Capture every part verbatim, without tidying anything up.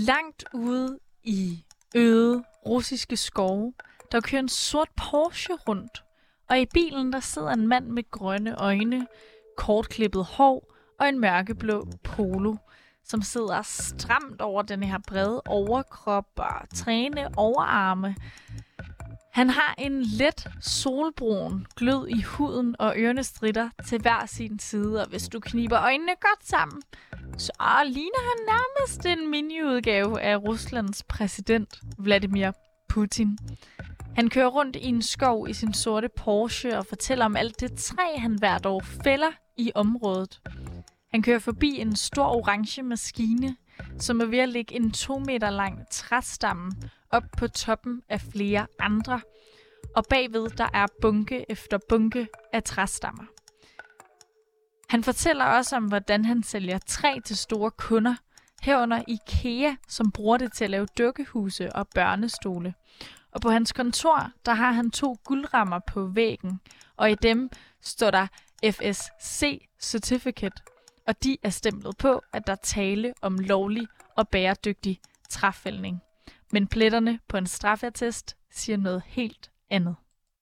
Langt ude i øde russiske skove, der kører en sort Porsche rundt, og i bilen der sidder en mand med grønne øjne, kortklippet hår og en mørkeblå polo, som sidder stramt over den her brede overkrop og træne overarme. Han har en let solbrun glød i huden, og ørerne stritter til hver sin side, og hvis du kniber øjnene godt sammen, så ligner han nærmest en miniudgave af Ruslands præsident, Vladimir Putin. Han kører rundt i en skov i sin sorte Porsche og fortæller om alt det træ, han hvert år fælder i området. Han kører forbi en stor orange maskine, som er ved at lægge en to meter lang træstamme op på toppen af flere andre, og bagved der er bunke efter bunke af træstammer. Han fortæller også om, hvordan han sælger træ til store kunder, herunder IKEA, som bruger det til at lave dukkehuse og børnestole. Og på hans kontor, der har han to guldrammer på væggen, og i dem står der F S C Certificate, og de er stemplet på, at der er tale om lovlig og bæredygtig træfældning. Men pletterne på en straffeattest siger noget helt andet.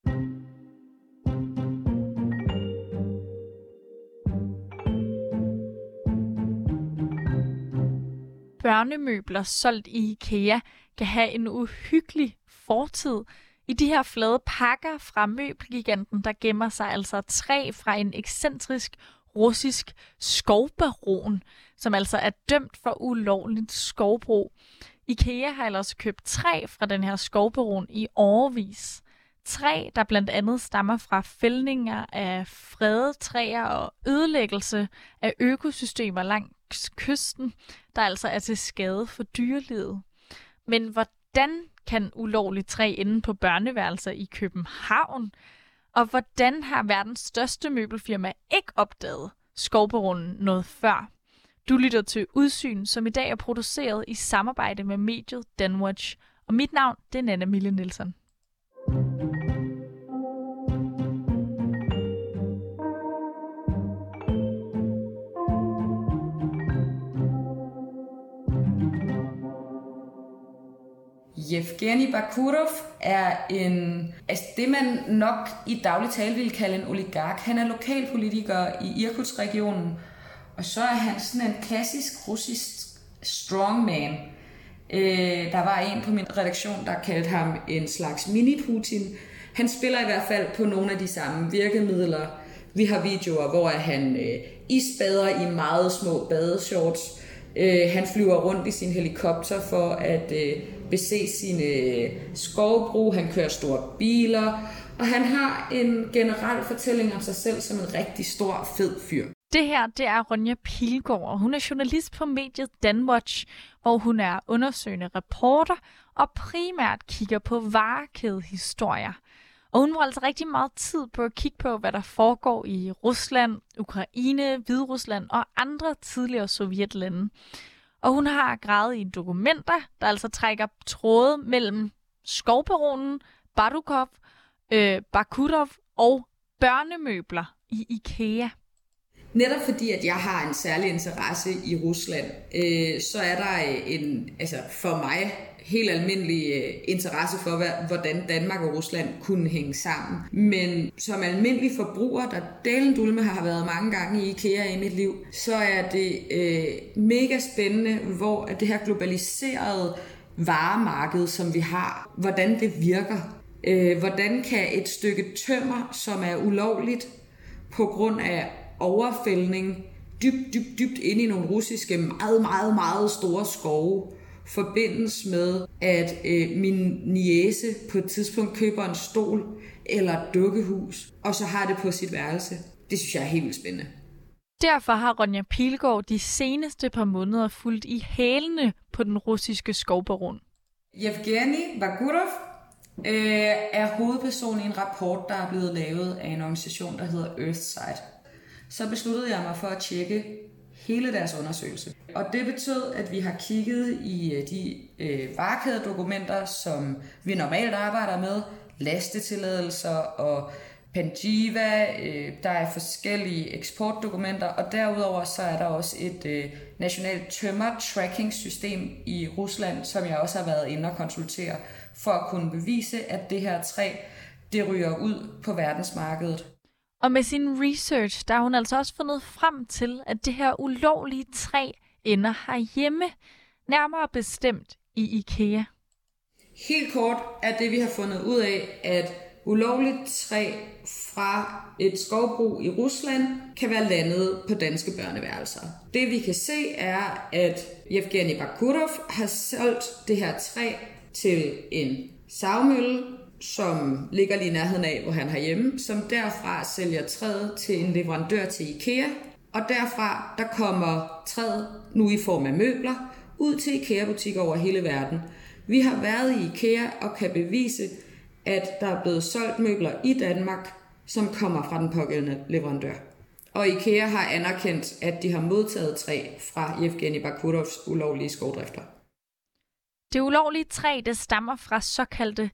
Børnemøbler solgt i IKEA kan have en uhyggelig fortid. I de her flade pakker fra møbelgiganten, der gemmer sig altså træ fra en ekscentrisk russisk skovbaron, som altså er dømt for ulovligt skovbrug. IKEA har ellers købt træ fra den her skovbaron i årevis. Træ, der blandt andet stammer fra fældninger af fredede træer og ødelæggelse af økosystemer langs kysten, der altså er til skade for dyrelivet. Men hvordan kan ulovligt træ ende på børneværelser i København? Og hvordan har verdens største møbelfirma ikke opdaget skovbaronen noget før? Du lytter til Udsyn, som i dag er produceret i samarbejde med mediet Danwatch. Og mit navn, det er Nanna Mille Nielsen. Yevgeny Bakurov er en, altså det man nok i daglig tale vil kalde en oligark. Han er lokalpolitiker i Irkutsk-regionen, og så er han sådan en klassisk russisk strongman. Øh, der var en på min redaktion, der kaldte ham en slags mini-Putin. Han spiller i hvert fald på nogle af de samme virkemidler. Vi har videoer, hvor han øh, isbader i meget små badeshorts. Øh, han flyver rundt i sin helikopter for at øh, bese sine øh, skovbrug. Han kører store biler, og han har en generel fortælling om sig selv som en rigtig stor, fed fyr. Det her, det er Ronja Pilgaard, og hun er journalist på mediet Danwatch, hvor hun er undersøgende reporter og primært kigger på varekædehistorier. Og hun bruger altså rigtig meget tid på at kigge på, hvad der foregår i Rusland, Ukraine, Hviderusland og andre tidligere sovjetlande. Og hun har gravet i dokumenter, der altså trækker tråde mellem skovbaronen, Badukov, øh, Bakurov og børnemøbler i IKEA. Netop fordi, at jeg har en særlig interesse i Rusland, øh, så er der en, altså for mig, helt almindelig øh, interesse for, hvad, hvordan Danmark og Rusland kunne hænge sammen. Men som almindelig forbruger, der delen dulme har været mange gange i IKEA i mit liv, så er det øh, mega spændende, hvor at det her globaliserede varemarked, som vi har, hvordan det virker. Øh, hvordan kan et stykke tømmer, som er ulovligt på grund af overfældning dybt, dybt, dybt inde i nogle russiske, meget, meget, meget store skove, forbindes med, at øh, min niece på et tidspunkt køber en stol eller et dukkehus, og så har det på sit værelse. Det synes jeg er helt vildt spændende. Derfor har Ronja Pilgaard de seneste par måneder fulgt i hælene på den russiske skovbaron. Yevgeny Bakurov øh, er hovedperson i en rapport, der er blevet lavet af en organisation, der hedder Earthside. Så besluttede jeg mig for at tjekke hele deres undersøgelse. Og det betød, at vi har kigget i de øh, varekædedokumenter, som vi normalt arbejder med, lastetilladelser og Panjiva, øh, der er forskellige eksportdokumenter, og derudover så er der også et øh, nationalt tømmer-tracking-system i Rusland, som jeg også har været inde og konsultere, for at kunne bevise, at det her træ, det ryger ud på verdensmarkedet. Og med sin research, der har hun altså også fundet frem til, at det her ulovlige træ ender herhjemme, nærmere bestemt i IKEA. Helt kort er det, vi har fundet ud af, at ulovligt træ fra et skovbrug i Rusland kan være landet på danske børneværelser. Det vi kan se er, at Yevgeni Bakurov har solgt det her træ til en savmølle, som ligger lige i nærheden af, hvor han har hjemme, som derfra sælger træet til en leverandør til IKEA. Og derfra der kommer træet nu i form af møbler ud til IKEA-butikker over hele verden. Vi har været i IKEA og kan bevise, at der er blevet solgt møbler i Danmark, som kommer fra den pågældende leverandør. Og IKEA har anerkendt, at de har modtaget træ fra Yevgeni Bakurovs ulovlige skovdrifter. Det ulovlige træ, det stammer fra såkaldte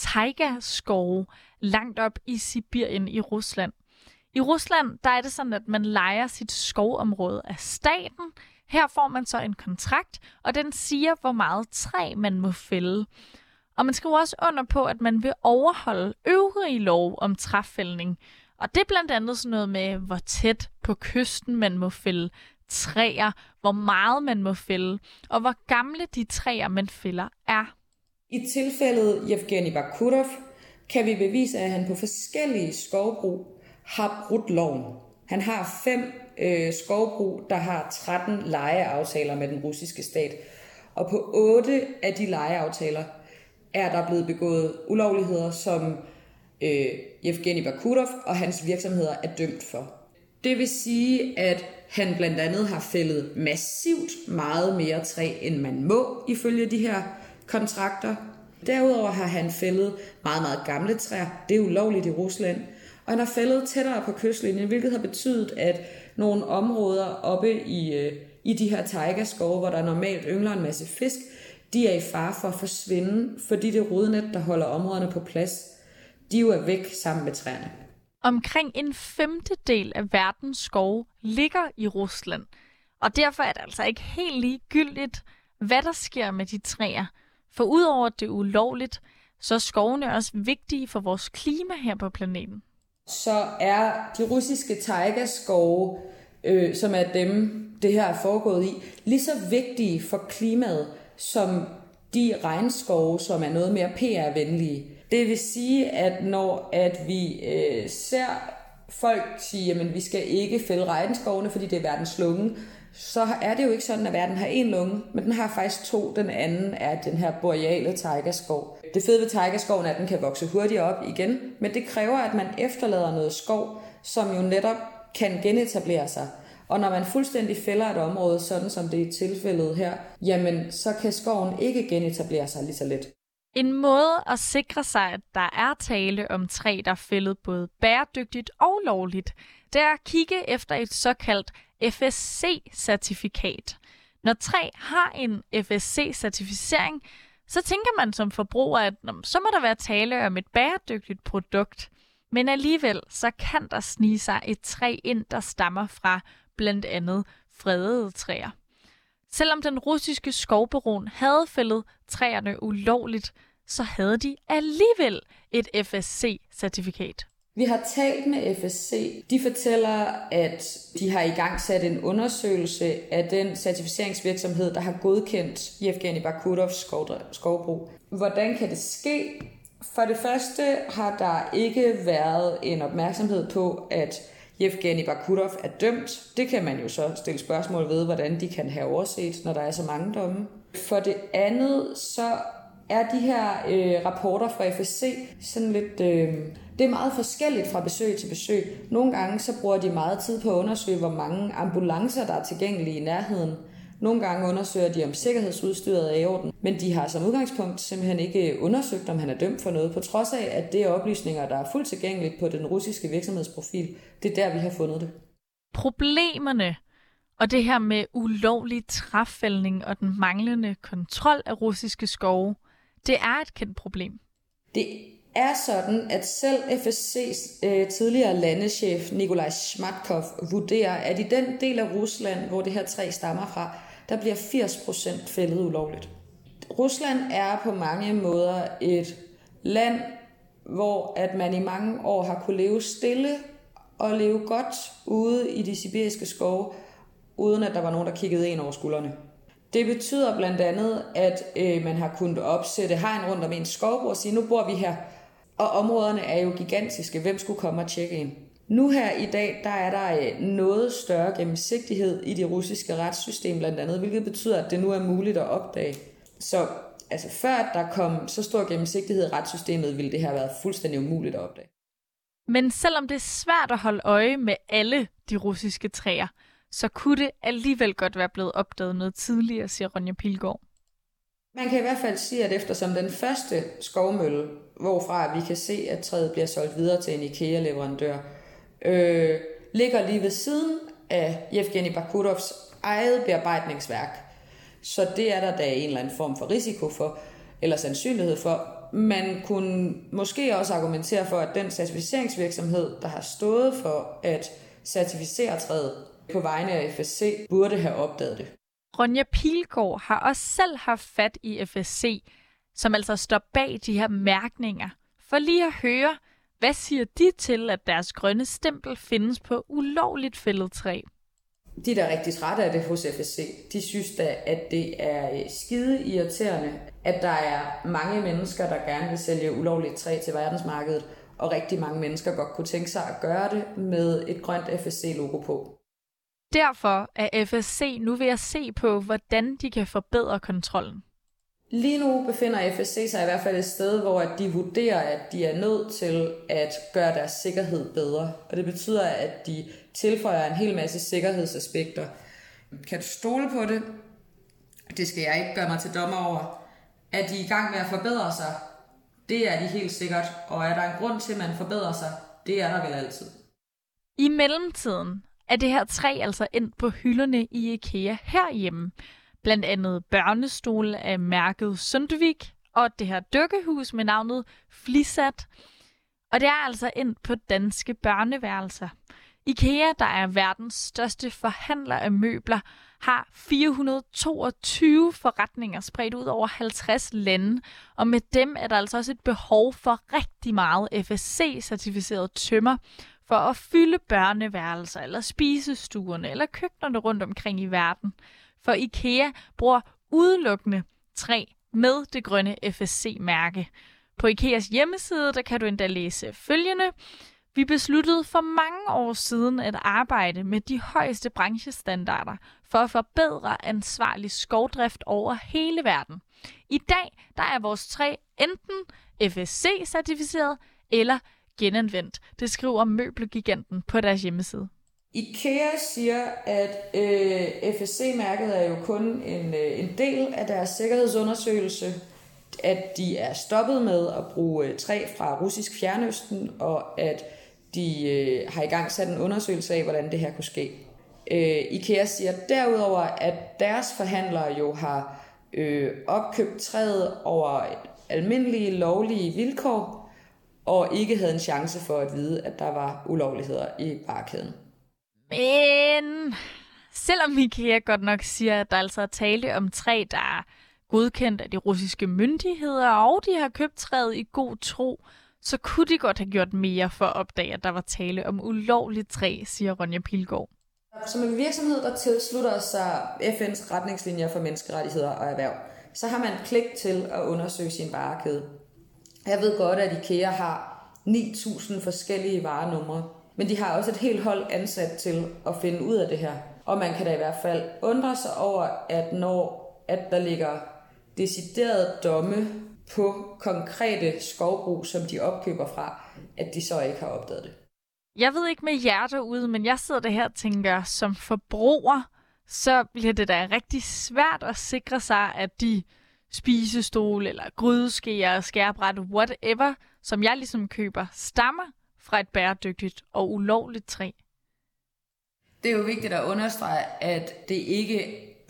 taiga-skove langt op i Sibirien i Rusland. I Rusland der er det sådan, at man lejer sit skovområde af staten. Her får man så en kontrakt, og den siger, hvor meget træ man må fælde. Og man skriver også under på, at man vil overholde øvrige lov om træfældning. Og det er blandt andet sådan noget med, hvor tæt på kysten man må fælde træer, hvor meget man må fælde, og hvor gamle de træer, man fælder, er. I tilfældet Yevgeni Bakurov kan vi bevise, at han på forskellige skovbrug har brudt loven. Han har fem øh, skovbrug, der har tretten lejeaftaler med den russiske stat. Og på otte af de lejeaftaler er der blevet begået ulovligheder, som øh, Yevgeni Bakurov og hans virksomheder er dømt for. Det vil sige, at han blandt andet har fældet massivt meget mere træ, end man må ifølge de her kontrakter. Derudover har han fældet meget, meget gamle træer. Det er ulovligt i Rusland. Og han har fældet tættere på kystlinjen, hvilket har betydet, at nogle områder oppe i, øh, i de her taiga-skove, hvor der normalt yngler en masse fisk, de er i fare for at forsvinde, fordi det rodnet, der holder områderne på plads, de jo er væk sammen med træerne. Omkring en femtedel af verdens skove ligger i Rusland, og derfor er det altså ikke helt ligegyldigt, hvad der sker med de træer. For udover det ulovligt, så er skovene også vigtige for vores klima her på planeten. Så er de russiske taiga-skove, øh, som er dem, det her er foregået i, lige så vigtige for klimaet, som de regnskove, som er noget mere P R-venlige. Det vil sige, at når at vi øh, ser folk sige, at vi skal ikke fælde regnskovene, fordi det er verdens lunge, så er det jo ikke sådan, at verden har en lunge, men den har faktisk to. Den anden er den her boreale taigaskov. Det fede ved taigaskoven er, at den kan vokse hurtigt op igen, men det kræver, at man efterlader noget skov, som jo netop kan genetablere sig. Og når man fuldstændig fælder et område, sådan som det er tilfældet her, jamen så kan skoven ikke genetablere sig lige så let. En måde at sikre sig, at der er tale om træ, der er fældet både bæredygtigt og lovligt, det er at kigge efter et såkaldt F S C-certifikat. Når træ har en F S C-certificering, så tænker man som forbruger, at så må der være tale om et bæredygtigt produkt. Men alligevel så kan der snige sig et træ ind, der stammer fra blandt andet fredede træer. Selvom den russiske skovbaron havde fældet træerne ulovligt, så havde de alligevel et F S C-certifikat. Vi har talt med F S C. De fortæller, at de har i gang sat en undersøgelse af den certificeringsvirksomhed, der har godkendt Yevgeni Bakurovs skovbrug. Hvordan kan det ske? For det første har der ikke været en opmærksomhed på, at Yevgeni Bakurov er dømt. Det kan man jo så stille spørgsmål ved, hvordan de kan have overset, når der er så mange domme. For det andet, så er de her øh, rapporter fra F S C sådan lidt... Øh, det er meget forskelligt fra besøg til besøg. Nogle gange så bruger de meget tid på at undersøge, hvor mange ambulancer, der er tilgængelige i nærheden. Nogle gange undersøger de, om sikkerhedsudstyret er i orden, men de har som udgangspunkt simpelthen ikke undersøgt, om han er dømt for noget, på trods af, at det er oplysninger, der er fuldt tilgængeligt på den russiske virksomhedsprofil. Det er der, vi har fundet det. Problemerne og det her med ulovlig træfældning og den manglende kontrol af russiske skove, det er et kendt problem. Det er sådan, at selv F S C's øh, tidligere landeschef Nikolaj Shmatkov vurderer, at i den del af Rusland, hvor det her træ stammer fra, der bliver firs procent fældet ulovligt. Rusland er på mange måder et land, hvor at man i mange år har kunne leve stille og leve godt ude i de sibiriske skove, uden at der var nogen, der kiggede en over skuldrene. Det betyder blandt andet, at øh, man har kunnet opsætte hegn rundt om en skovbro og sige, nu bor vi her. Og områderne er jo gigantiske. Hvem skulle komme og tjekke ind? Nu her i dag, der er der øh, noget større gennemsigtighed i det russiske retssystem blandt andet, hvilket betyder, at det nu er muligt at opdage. Så altså, før der kom så stor gennemsigtighed i retssystemet, ville det have været fuldstændig umuligt at opdage. Men selvom det er svært at holde øje med alle de russiske træer, så kunne det alligevel godt være blevet opdaget noget tidligere, siger Ronja Pilgaard. Man kan i hvert fald sige, at eftersom den første skovmølle, hvorfra vi kan se, at træet bliver solgt videre til en IKEA-leverandør, øh, ligger lige ved siden af Yevgeni Bakurovs eget bearbejdningsværk. Så det er der da en eller anden form for risiko for, eller sandsynlighed for. Man kunne måske også argumentere for, at den certificeringsvirksomhed, der har stået for at certificere træet på vegne af F S C, burde have opdaget det. Ronja Pilgaard har også selv haft fat i F S C, som altså står bag de her mærkninger, for lige at høre, hvad siger de til, at deres grønne stempel findes på ulovligt fældet træ? De er da rigtig trætte af det hos F S C. De synes da, at det er skide irriterende, at der er mange mennesker, der gerne vil sælge ulovligt træ til verdensmarkedet, og rigtig mange mennesker godt kunne tænke sig at gøre det med et grønt F S C-logo på. Derfor er F S C nu ved at se på, hvordan de kan forbedre kontrollen. Lige nu befinder F S C sig i hvert fald et sted, hvor de vurderer, at de er nødt til at gøre deres sikkerhed bedre. Og det betyder, at de tilføjer en hel masse sikkerhedsaspekter. Kan du stole på det? Det skal jeg ikke gøre mig til dommer over. Er de i gang med at forbedre sig? Det er de helt sikkert. Og er der en grund til, at man forbedrer sig? Det er der vel altid. I mellemtiden er det her træ altså endt på hylderne i IKEA herhjemme. Blandt andet børnestole af mærket Sundvik og det her dukkehus med navnet Flisat. Og det er altså endt på danske børneværelser. IKEA, der er verdens største forhandler af møbler, har fire hundrede og toogtyve forretninger spredt ud over halvtreds lande, og med dem er der altså også et behov for rigtig meget F S C-certificeret tømmer for at fylde børneværelser eller spisestuerne eller køkkenerne rundt omkring i verden. For IKEA bruger udelukkende træ med det grønne F S C-mærke. På IKEAs hjemmeside der kan du endda læse følgende. Vi besluttede for mange år siden at arbejde med de højeste branchestandarder for at forbedre ansvarlig skovdrift over hele verden. I dag der er vores træ enten F S C-certificeret eller genanvendt. Det skriver møbelgiganten på deres hjemmeside. IKEA siger, at øh, F S C-mærket er jo kun en, øh, en del af deres sikkerhedsundersøgelse, at de er stoppet med at bruge øh, træ fra russisk Fjernøsten, og at de øh, har i gang sat en undersøgelse af, hvordan det her kunne ske. Øh, IKEA siger derudover, at deres forhandlere jo har øh, opkøbt træet over almindelige, lovlige vilkår, og ikke havde en chance for at vide, at der var ulovligheder i varekæden. Men selvom IKEA godt nok siger, at der altså er tale om træ, der er godkendt af de russiske myndigheder, og de har købt træet i god tro, så kunne de godt have gjort mere for at opdage, at der var tale om ulovligt træ, siger Ronja Pilgaard. Som en virksomhed, der tilslutter sig F N's retningslinjer for menneskerettigheder og erhverv, så har man pligt til at undersøge sin varekæde. Jeg ved godt, at IKEA har ni tusind forskellige varenumre, men de har også et helt hold ansat til at finde ud af det her. Og man kan da i hvert fald undre sig over, at når at der ligger deciderede domme på konkrete skovbrug, som de opkøber fra, at de så ikke har opdaget det. Jeg ved ikke med jer derude, men jeg sidder der her og tænker, som forbruger, så bliver det da rigtig svært at sikre sig, at de spisestol eller grydeskeer, skærebræt, whatever, som jeg ligesom køber, stammer fra et bæredygtigt og ulovligt træ. Det er jo vigtigt at understrege, at det ikke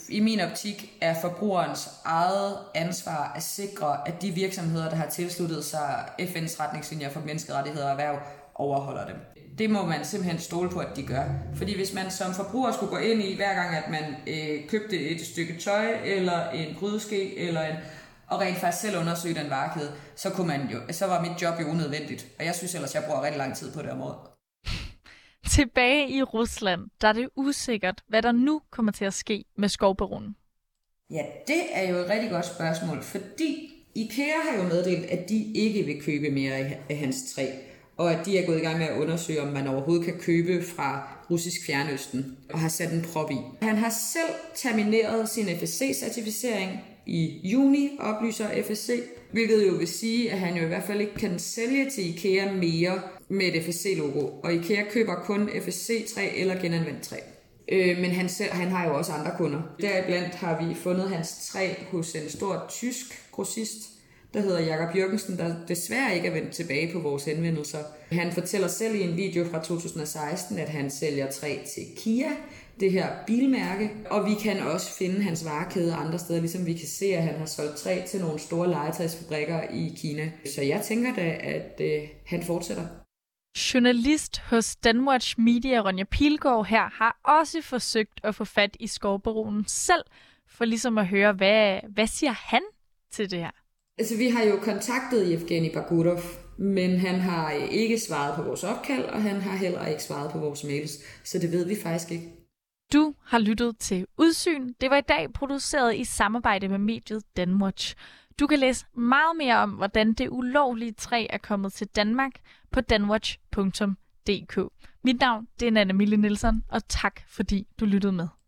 I min optik er forbrugerens eget ansvar at sikre, at de virksomheder, der har tilsluttet sig F N's retningslinjer for menneskerettigheder og erhverv, overholder dem. Det må man simpelthen stole på, at de gør. Fordi hvis man som forbruger skulle gå ind i, hver gang at man øh, købte et stykke tøj, eller en grydeske, eller en, og rent faktisk selv undersøge den varekæde, så, kunne man jo, så var mit job jo unødvendigt. Og jeg synes ellers, jeg bruger rigtig lang tid på det område. Tilbage i Rusland, der er det usikkert, hvad der nu kommer til at ske med skovbaronen. Ja, det er jo et rigtig godt spørgsmål, fordi IKEA har jo meddelt, at de ikke vil købe mere af hans træ, og at de er gået i gang med at undersøge, om man overhovedet kan købe fra russisk Fjernøsten, og har sat en prop i. Han har selv termineret sin F S C-certificering i juni, oplyser F S C, hvilket jo vil sige, at han jo i hvert fald ikke kan sælge til IKEA mere med et F S C-logo, og IKEA køber kun F S C-træ eller genanvendt træ. Øh, men han, selv, han har jo også andre kunder. Deriblandt har vi fundet hans træ hos en stor tysk grossist, der hedder Jakob Jørgensen, der desværre ikke er vendt tilbage på vores henvendelser. Han fortæller selv i en video fra to tusind og seksten, at han sælger træ til Kia, det her bilmærke, og vi kan også finde hans varekæde andre steder, ligesom vi kan se, at han har solgt træ til nogle store legetøjsfabrikker i Kina. Så jeg tænker da, at øh, han fortsætter. Journalist hos Danwatch Media, Ronja Pilgaard her, har også forsøgt at få fat i skovbaronen selv, for ligesom at høre, hvad, hvad siger han til det her? Altså, vi har jo kontaktet Evgeni Bagurov, men han har ikke svaret på vores opkald, og han har heller ikke svaret på vores mails, så det ved vi faktisk ikke. Du har lyttet til Udsyn. Det var i dag produceret i samarbejde med mediet Danwatch. Du kan læse meget mere om, hvordan det ulovlige træ er kommet til Danmark på danwatch punktum d k. Mit navn det er Nanna Mille Nielsen, og tak fordi du lyttede med.